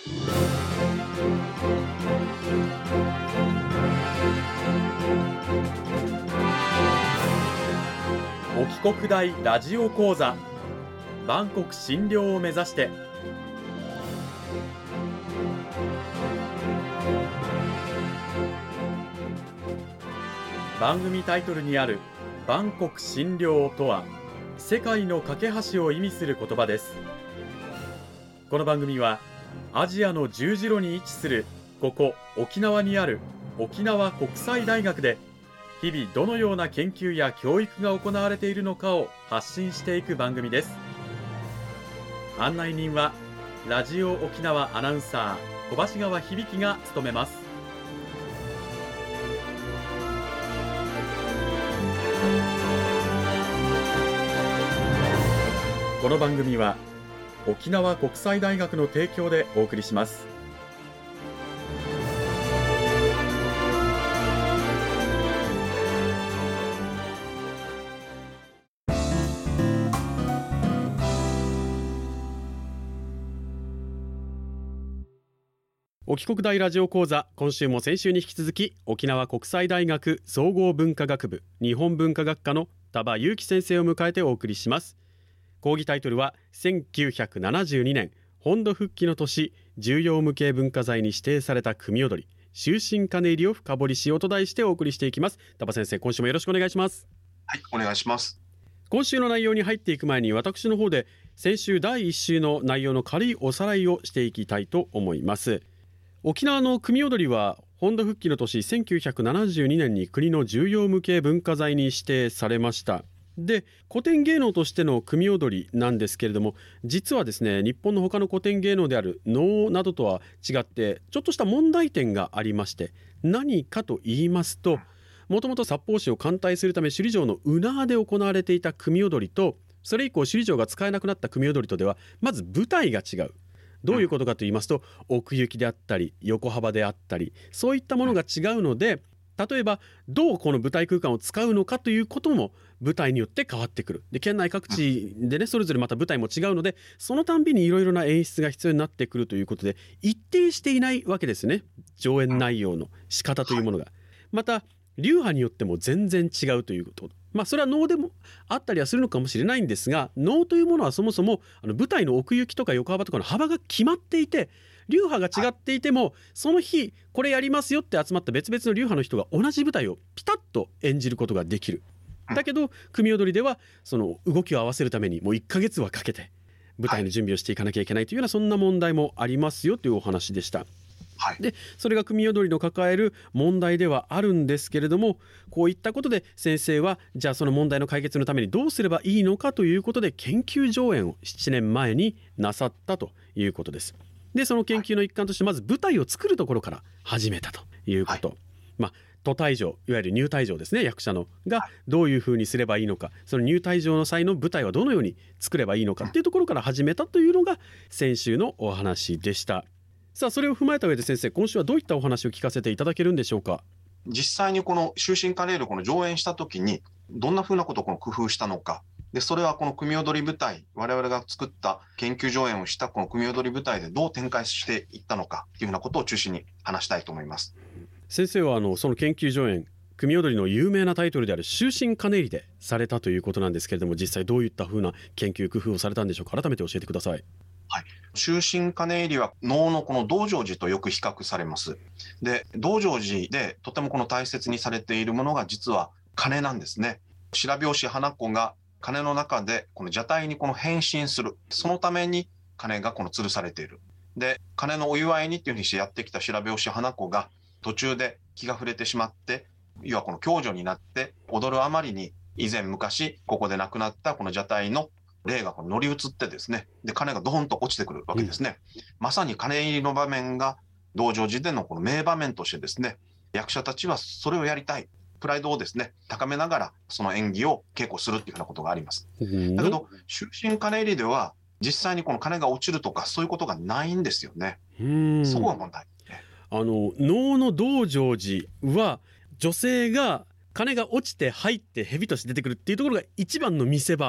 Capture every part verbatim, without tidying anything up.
沖国大ラジオ講座、万国診療を目指して。番組タイトルにある万国診療とは、世界の架け橋を意味する言葉です。この番組はアジアの十字路に位置するここ沖縄にある沖縄国際大学で、日々どのような研究や教育が行われているのかを発信していく番組です。案内人はラジオ沖縄アナウンサー小橋川響が務めます。この番組は沖縄国際大学の提供でお送りします。沖国大ラジオ講座、今週も先週に引き続き沖縄国際大学総合文化学部日本文化学科の田場裕樹先生を迎えてお送りします。講義タイトルはせんきゅうひゃくななじゅうにねん本土復帰の年、重要無形文化財に指定された組踊り終身鐘入りを深掘りしようと題してお送りしていきます。田場先生、今週もよろしくお願いします。 はい、お願いします。 今週の内容に入っていく前に、私の方で先週だいいっ週の内容の軽いおさらいをしていきたいと思います。沖縄の組踊りは本土復帰の年せんきゅうひゃくななじゅうにねんに国の重要無形文化財に指定されました。で、古典芸能としての組踊りなんですけれども、実はですね、日本の他の古典芸能である能などとは違ってちょっとした問題点がありまして、何かと言いますと、もともと札幌市を歓待するため首里城の宇那で行われていた組踊りと、それ以降首里城が使えなくなった組踊りとではまず舞台が違う。どういうことかと言いますと、奥行きであったり横幅であったり、そういったものが違うので、例えばどうこの舞台空間を使うのかということも舞台によって変わってくる。で、県内各地でね、それぞれまた舞台も違うので、そのたんびにいろいろな演出が必要になってくるということで、一定していないわけですね、上演内容の仕方というものが。また流派によっても全然違うということ。まあそれは能でもあったりはするのかもしれないんですが、能というものはそもそもあの舞台の奥行きとか横幅とかの幅が決まっていて、流派が違っていてもその日これやりますよって集まった別々の流派の人が同じ舞台をピタッと演じることができる。だけど組踊りではその動きを合わせるためにもういっかげつはかけて舞台の準備をしていかなきゃいけないというような、そんな問題もありますよというお話でした。はい、でそれが組踊りの抱える問題ではあるんですけれども、こういったことで先生はじゃあその問題の解決のためにどうすればいいのかということで研究上演をななねんまえになさったということです。でその研究の一環としてまず舞台を作るところから始めたということ、はい、まあ渡退場、いわゆる入退場ですね、役者のがどういうふうにすればいいのか、その入退場の際の舞台はどのように作ればいいのかっていうところから始めたというのが先週のお話でした。さあ、それを踏まえた上で先生、今週はどういったお話を聞かせていただけるんでしょうか。 実際にこの終身鐘入りをこの上演した時にどんなふうなことをこの工夫したのか、でそれはこの組踊り舞台、我々が作った研究上演をしたこの組踊り舞台でどう展開していったのかというようなことを中心に話したいと思います。 先生はあのその研究上演、組踊りの有名なタイトルである終身鐘入りでされたということなんですけれども、実際どういったふうな研究工夫をされたんでしょうか。改めて教えてください。 はい、終身鐘入りは能のこの道成寺とよく比較されます。で、道成寺でとてもこの大切にされているものが実は鐘なんですね。白拍子花子が鐘の中でこの蛇体にこの変身する、そのために鐘がこの吊るされている。で、鐘のお祝いにっていうふうにしてやってきた白拍子花子が途中で気が触れてしまって、要はこの共助になって踊るあまりに、以前昔ここで亡くなったこの蛇体の霊がこの乗り移ってですね、で鐘がドーンと落ちてくるわけですね、うん、まさに鐘入りの場面が道成寺でのこの名場面としてですね、役者たちはそれをやりたい、プライドをですね高めながらその演技を稽古するっていうようなことがあります、うん、だけど終身鐘入りでは実際にこの鐘が落ちるとかそういうことがないんですよね。うん、そこが問題。 あの能の道成寺は女性が鐘が落ちて入って蛇として出てくるっていうところが一番の見せ場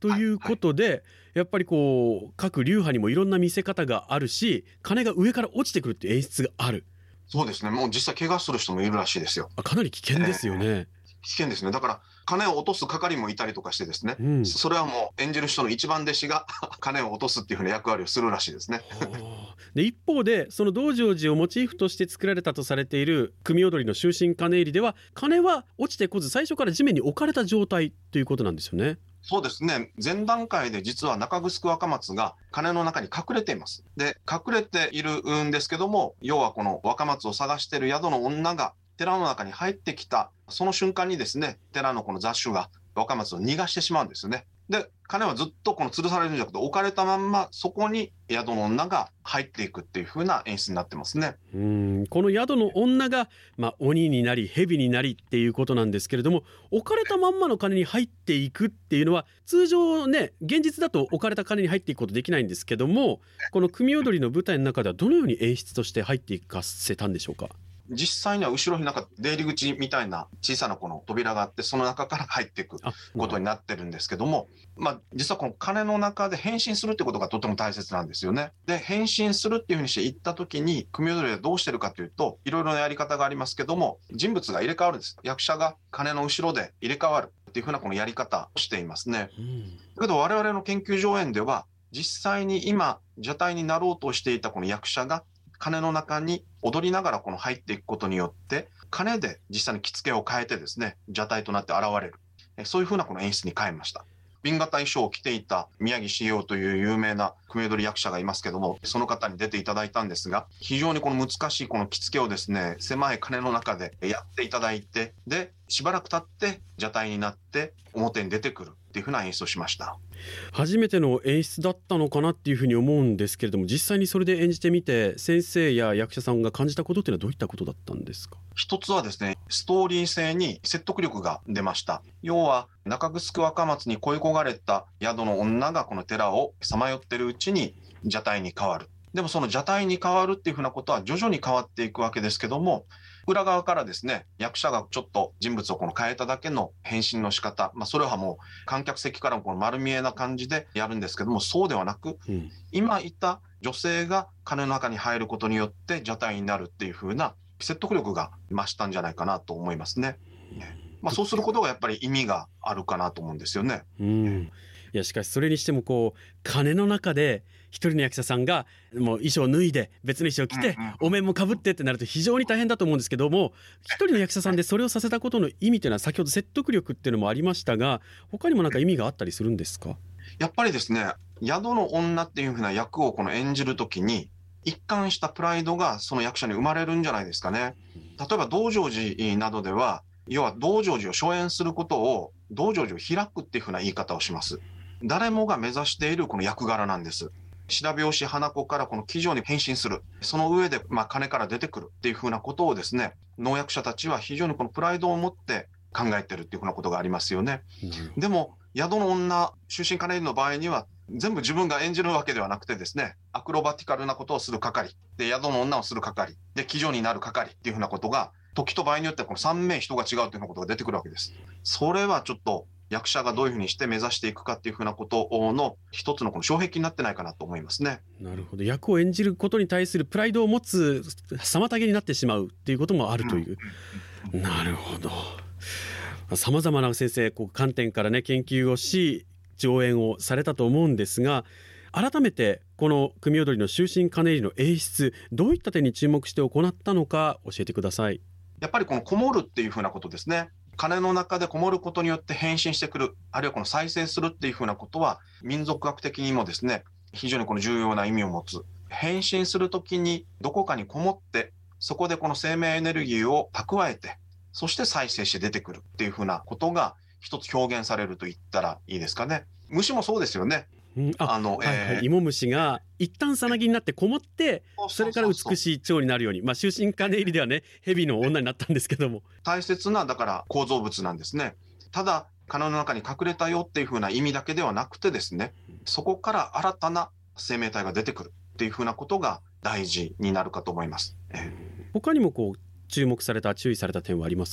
ということで、はいはい、やっぱりこう各流派にもいろんな見せ方があるし、鐘が上から落ちてくるっていう演出がある。 そうですね、もう実際怪我する人もいるらしいですよ。 あ、かなり危険ですよね、えー、 危険ですね。だから鐘を落とす係もいたりとかしてですね、うん、それはもう演じる人の一番弟子が鐘を落とすっていう風な役割をするらしいですね。 で一方でその道成寺をモチーフとして作られたとされている組踊りの終身鐘入りでは、鐘は落ちてこず最初から地面に置かれた状態ということなんですよね。 そうですね、前段階で実は中城若松が鐘の中に隠れています。で隠れているんですけども、要はこの若松を探している宿の女が寺の中に入ってきたその瞬間にですね、寺のこの雑種が若松を逃がしてしまうんですよね。で鐘はずっとこの吊るされるんじゃなくて置かれたまんま、そこに宿の女が入っていくっていう風な演出になってますね。 うーん、この宿の女が、まあ、鬼になり蛇になりっていうことなんですけれども、置かれたまんまの鐘に入っていくっていうのは通常ね、現実だと置かれた鐘に入っていくことできないんですけども、この組踊りの舞台の中ではどのように演出として入っていかせたんでしょうか。 実際には後ろになんか出入り口みたいな小さなこの扉があって、その中から入っていくことになってるんですけども、まあ実はこの鐘の中で変身するってことがとても大切なんですよね。で変身するっていうふうにして言った時に、組踊りはどうしてるかというと、いろいろなやり方がありますけども、人物が入れ替わるんです。役者が鐘の後ろで入れ替わるっていうふうなこのやり方をしていますね。うん、だけど我々の研究上演では、実際に今蛇体になろうとしていたこの役者が鐘の中に踊りながらこの入っていくことによって、鐘で実際に着付けを変えてですね、蛇体となって現れる、そういうふうなこの演出に変えました。紅型衣装を着ていた宮城茂雄という有名な組踊り役者がいますけども、その方に出ていただいたんですが、非常にこの難しいこの着付けをですね、狭い鐘の中でやっていただいて、でしばらく経って蛇体になって表に出てくるっていうふうな演出をしました。 初めての演出だったのかなっていうふうに思うんですけれども、実際にそれで演じてみて先生や役者さんが感じたことっていうのはどういったことだったんですか。 一つはですね、ストーリー性に説得力が出ました。要は中城若松に恋焦がれた宿の女がこの寺をさまよってるうちに蛇体に変わる。でもその蛇体に変わるっていうふうなことは徐々に変わっていくわけですけども、裏側からですね、役者がちょっと人物をこの変えただけの変身の仕方、まあ、それはもう観客席からもこの丸見えな感じでやるんですけども、そうではなく、うん、今いた女性が鐘の中に入ることによって蛇体になるっていう風な説得力が増したんじゃないかなと思いますね。まあ、そうすることがやっぱり意味があるかなと思うんですよね。 うん、いやしかしそれにしてもこう鐘の中で一人の役者さんがもう衣装を脱いで別の衣装を着て、うんうん、お面もかぶってってなると非常に大変だと思うんですけども、一人の役者さんでそれをさせたことの意味というのは先ほど説得力っていうのもありましたが、他にも何か意味があったりするんですか。 やっぱりですね、宿の女っていう風な役をこの演じるときに一貫したプライドがその役者に生まれるんじゃないですかね。例えば道成寺などでは、要は道成寺を初演することを道成寺を開くっていう風な言い方をします。誰もが目指しているこの役柄なんです。白拍子花子からこの騎乗に変身する、その上でまあ鐘から出てくるっていう風なことをですね、能役者たちは非常にこのプライドを持って考えてるっていう風なことがありますよね。うん、でも宿の女終身鐘入りの場合には全部自分が演じるわけではなくてですね、アクロバティカルなことをする係で、宿の女をする係で、騎乗になる係っていう風なことが時と場合によってはこのさん名人が違うというようなことが出てくるわけです。それはちょっと役者がどういうふうにして目指していくかっていうふうなことの一つのこの障壁になってないかなと思いますね。 なるほど、役を演じることに対するプライドを持つ妨げになってしまうっていうこともあるという、うん、なるほど。さまざまな先生こう観点からね研究をし上演をされたと思うんですが、改めてこの組踊りの終身鐘入りの演出、どういった点に注目して行ったのか教えてください。 やっぱりこのこもるっていうふうなことですね。鐘の中でこもることによって変身してくる、あるいはこの再生するっていうふうなことは民族学的にもですね、非常にこの重要な意味を持つ。変身するときにどこかにこもって、そこでこの生命エネルギーを蓄えて、そして再生して出てくるっていうふうなことが一つ表現されると言ったらいいですかね。虫もそうですよね。 うん、ああの、はいはいえー、芋虫が一旦さなぎになってこもってそれから美しい蝶になるように、まあ、終身鐘入りではね蛇の女になったんですけども、 大切なだから構造物なんですね。ただ鐘の中に隠れたよっていう風な意味だけではなくてですね、そこから新たな生命体が出てくるっていう風なことが大事になるかと思います。えー、 他にもこう注目された注意された点はありますか。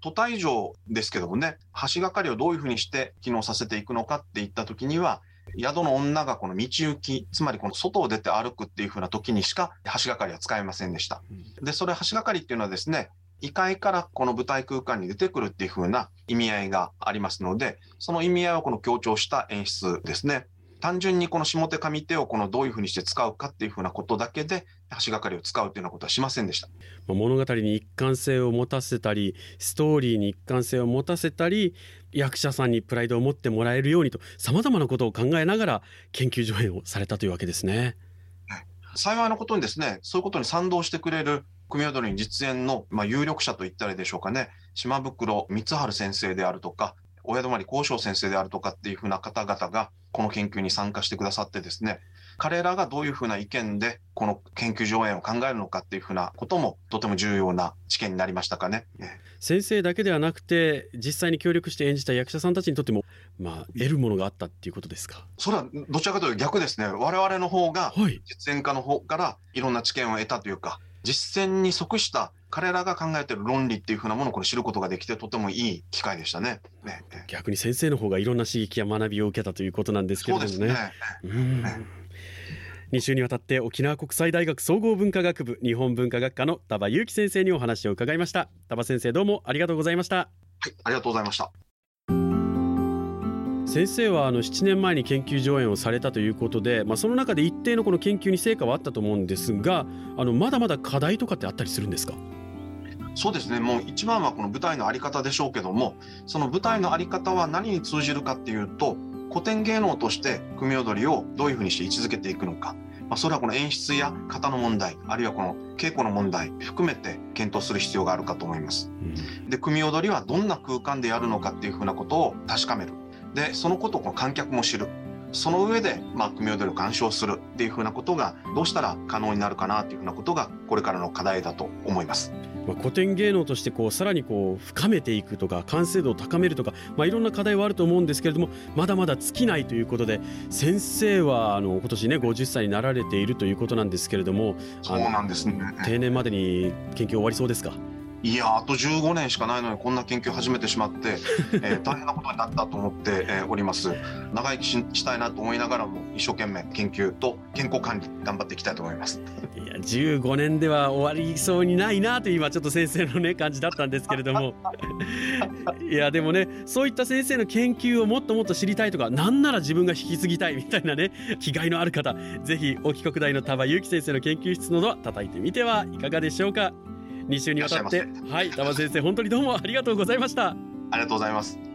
都対上ですけどもね、橋がかりをどういうふうにして機能させていくのかっていった時には、宿の女がこの道行き、つまりこの外を出て歩くっていうふうな時にしか橋がかりは使えませんでした。で、それ橋がかりっていうのはですね、異界からこの舞台空間に出てくるっていうふうな意味合いがありますので、その意味合いをこの強調した演出ですね。単純にこの下手上手をこのどういうふうにして使うかっていうふうなことだけで橋がかりを使うというようなことはしませんでした。 物語に一貫性を持たせたり、ストーリーに一貫性を持たせたり、役者さんにプライドを持ってもらえるようにと、さまざまなことを考えながら研究上演をされたというわけですね。 幸いなことにですね、そういうことに賛同してくれる組踊り実演の、まあ、有力者といったらいいでしょうかね、島袋光晴先生であるとか、親泊幸章先生であるとかっていうふうな方々がこの研究に参加してくださってですね、彼らがどういうふうな意見でこの研究上演を考えるのかっていうふうなこともとても重要な知見になりましたかね。 先生だけではなくて実際に協力して演じた役者さんたちにとっても、まあ、得るものがあったっていうことですか。 それはどちらかというと逆ですね。我々の方が実演家の方からいろんな知見を得たというか、実践に即した彼らが考えている論理っていうふうなものをこれ知ることができてとてもいい機会でしたね。ね、 逆に先生の方がいろんな刺激や学びを受けたということなんですけれどもね。そうですね。うんね、に週にわたって沖縄国際大学総合文化学部日本文化学科の田場雄樹先生にお話を伺いました。田場先生、どうもありがとうございました。はい、ありがとうございました。 先生はあのななねんまえに研究上演をされたということで、まあ、その中で一定のこの研究に成果はあったと思うんですが、あのまだまだ課題とかってあったりするんですか。 そうですね、もう一番はこの舞台の在り方でしょうけども、その舞台の在り方は何に通じるかっていうと、古典芸能として組踊りをどういうふうにして位置づけていくのか、まあ、それはこの演出や型の問題、あるいはこの稽古の問題含めて検討する必要があるかと思います。うん、で、組踊りはどんな空間でやるのかっていうふうなことを確かめる。で、そのことをこの観客も知る。その上で、まあ、組踊りを鑑賞するっていうふうなことがどうしたら可能になるかなっていうふうなことがこれからの課題だと思います。 まあ、古典芸能としてこうさらにこう深めていくとか完成度を高めるとか、まあ、いろんな課題はあると思うんですけれども、まだまだ尽きないということで、先生はあの今年ねごじゅっさいになられているということなんですけれども、 そうなんですね。 定年までに研究終わりそうですか。 いや、あとじゅうごねんしかないのにこんな研究始めてしまって、えー、大変なことになったと思って、えー、おります。長生き し, したいなと思いながらも一生懸命研究と健康管理頑張っていきたいと思います。 いや、じゅうごねんでは終わりそうにないなという今ちょっと先生のね感じだったんですけれどもいやでもね、そういった先生の研究をもっともっと知りたいとか、なんなら自分が引き継ぎたいみたいなね気概のある方、ぜひ沖国大の田場雄樹先生の研究室などは叩いてみてはいかがでしょうか。に週にわたって、はい、田場先生本当にどうもありがとうございました。 ありがとうございます。